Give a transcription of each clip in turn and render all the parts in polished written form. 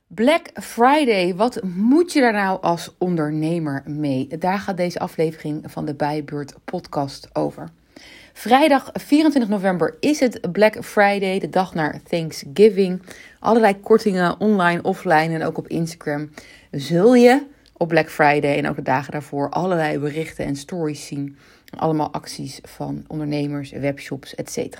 Black Friday, wat moet je daar nou als ondernemer mee? Daar gaat deze aflevering van de Bijbeurt podcast over. Vrijdag 24 november is het Black Friday, de dag naar Thanksgiving. Allerlei kortingen online, offline en ook op Instagram zul je op Black Friday en ook de dagen daarvoor allerlei berichten en stories zien. Allemaal acties van ondernemers, webshops, etc.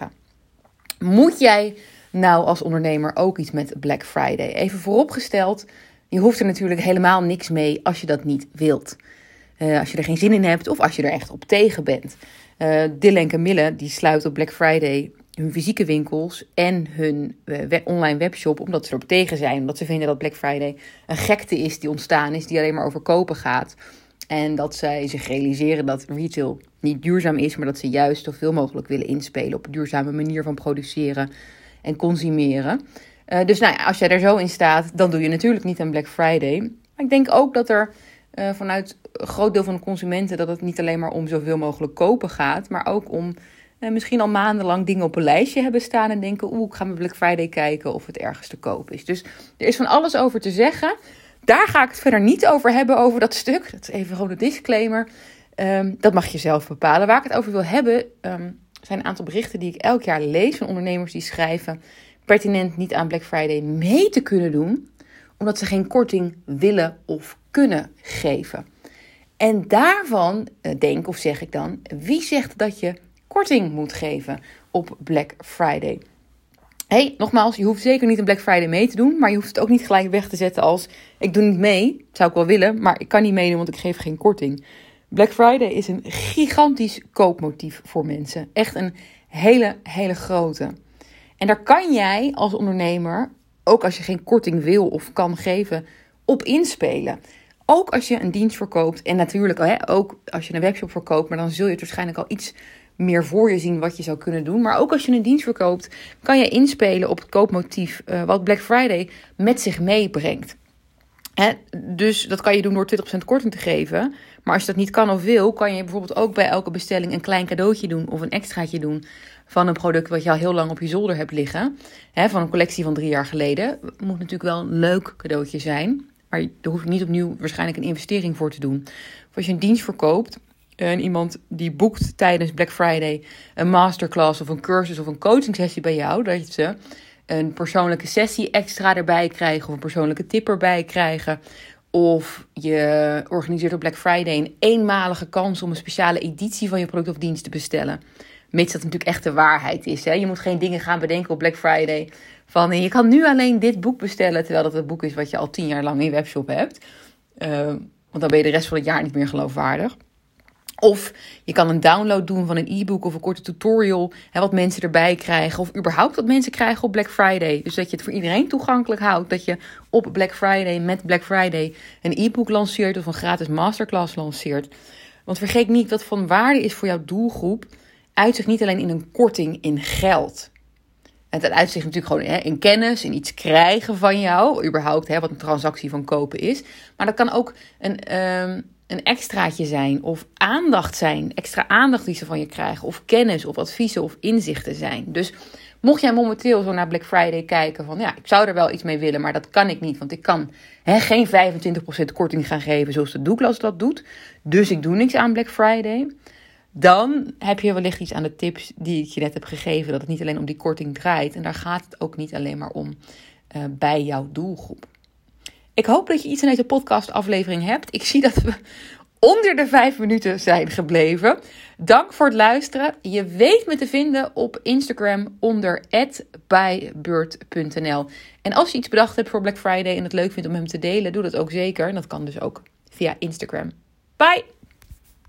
Moet jij nou als ondernemer ook iets met Black Friday? Even vooropgesteld, je hoeft er natuurlijk helemaal niks mee als je dat niet wilt. Als je er geen zin in hebt of als je er echt op tegen bent. Dille en Camille die sluiten op Black Friday hun fysieke winkels en hun online webshop omdat ze erop tegen zijn. Omdat ze vinden dat Black Friday een gekte is die ontstaan is, die alleen maar over kopen gaat. En dat zij zich realiseren dat retail niet duurzaam is, maar dat ze juist zoveel mogelijk willen inspelen op een duurzame manier van produceren en consumeren. Dus als jij er zo in staat, dan doe je natuurlijk niet aan Black Friday. Maar ik denk ook dat er vanuit een groot deel van de consumenten dat het niet alleen maar om zoveel mogelijk kopen gaat, maar ook om misschien al maandenlang dingen op een lijstje hebben staan en denken, ik ga met Black Friday kijken of het ergens te koop is. Dus er is van alles over te zeggen. Daar ga ik het verder niet over hebben, over dat stuk. Dat is even gewoon een disclaimer. Dat mag je zelf bepalen. Waar ik het over wil hebben, zijn een aantal berichten die ik elk jaar lees van ondernemers die schrijven pertinent niet aan Black Friday mee te kunnen doen, omdat ze geen korting willen of kunnen geven. En daarvan zeg ik dan, wie zegt dat je korting moet geven op Black Friday? Nogmaals, je hoeft zeker niet een Black Friday mee te doen, maar je hoeft het ook niet gelijk weg te zetten als ik doe niet mee. Dat zou ik wel willen, maar ik kan niet meedoen, want ik geef geen korting. Black Friday is een gigantisch koopmotief voor mensen. Echt een hele, hele grote. En daar kan jij als ondernemer, ook als je geen korting wil of kan geven, op inspelen. Ook als je een dienst verkoopt en natuurlijk ook als je een webshop verkoopt, maar dan zul je het waarschijnlijk al iets meer voor je zien wat je zou kunnen doen. Maar ook als je een dienst verkoopt, kan je inspelen op het koopmotief wat Black Friday met zich meebrengt. Dus dat kan je doen door 20% korting te geven. Maar als je dat niet kan of wil, kan je bijvoorbeeld ook bij elke bestelling een klein cadeautje doen of een extraatje doen van een product wat je al heel lang op je zolder hebt liggen. Van een collectie van 3 jaar geleden. Het moet natuurlijk wel een leuk cadeautje zijn, maar daar hoef je niet opnieuw waarschijnlijk een investering voor te doen. Of als je een dienst verkoopt en iemand die boekt tijdens Black Friday een masterclass of een cursus of een coaching sessie bij jou, dat ze een persoonlijke sessie extra erbij krijgen of een persoonlijke tip erbij krijgen. Of je organiseert op Black Friday een eenmalige kans om een speciale editie van je product of dienst te bestellen. Mits dat natuurlijk echt de waarheid is. Je moet geen dingen gaan bedenken op Black Friday van je kan nu alleen dit boek bestellen, terwijl dat het boek is wat je al 10 jaar lang in je webshop hebt. Want dan ben je de rest van het jaar niet meer geloofwaardig. Of je kan een download doen van een e-book of een korte tutorial, wat mensen erbij krijgen. Of überhaupt wat mensen krijgen op Black Friday. Dus dat je het voor iedereen toegankelijk houdt. Dat je op Black Friday met Black Friday een e-book lanceert of een gratis masterclass lanceert. Want vergeet niet, wat van waarde is voor jouw doelgroep, uitzicht niet alleen in een korting in geld. Het uitzicht natuurlijk gewoon in kennis, in iets krijgen van jou. Überhaupt wat een transactie van kopen is. Maar dat kan ook een extraatje zijn of aandacht zijn. Extra aandacht die ze van je krijgen. Of kennis of adviezen of inzichten zijn. Dus mocht jij momenteel zo naar Black Friday kijken van ik zou er wel iets mee willen, maar dat kan ik niet. Want ik kan geen 25% korting gaan geven zoals de Douglas dat doet. Dus ik doe niks aan Black Friday. Dan heb je wellicht iets aan de tips die ik je net heb gegeven. Dat het niet alleen om die korting draait. En daar gaat het ook niet alleen maar om bij jouw doelgroep. Ik hoop dat je iets aan deze podcastaflevering hebt. Ik zie dat we onder de 5 minuten zijn gebleven. Dank voor het luisteren. Je weet me te vinden op Instagram onder @bijbeurt.nl. En als je iets bedacht hebt voor Black Friday en het leuk vindt om hem te delen, doe dat ook zeker. En dat kan dus ook via Instagram. Bye!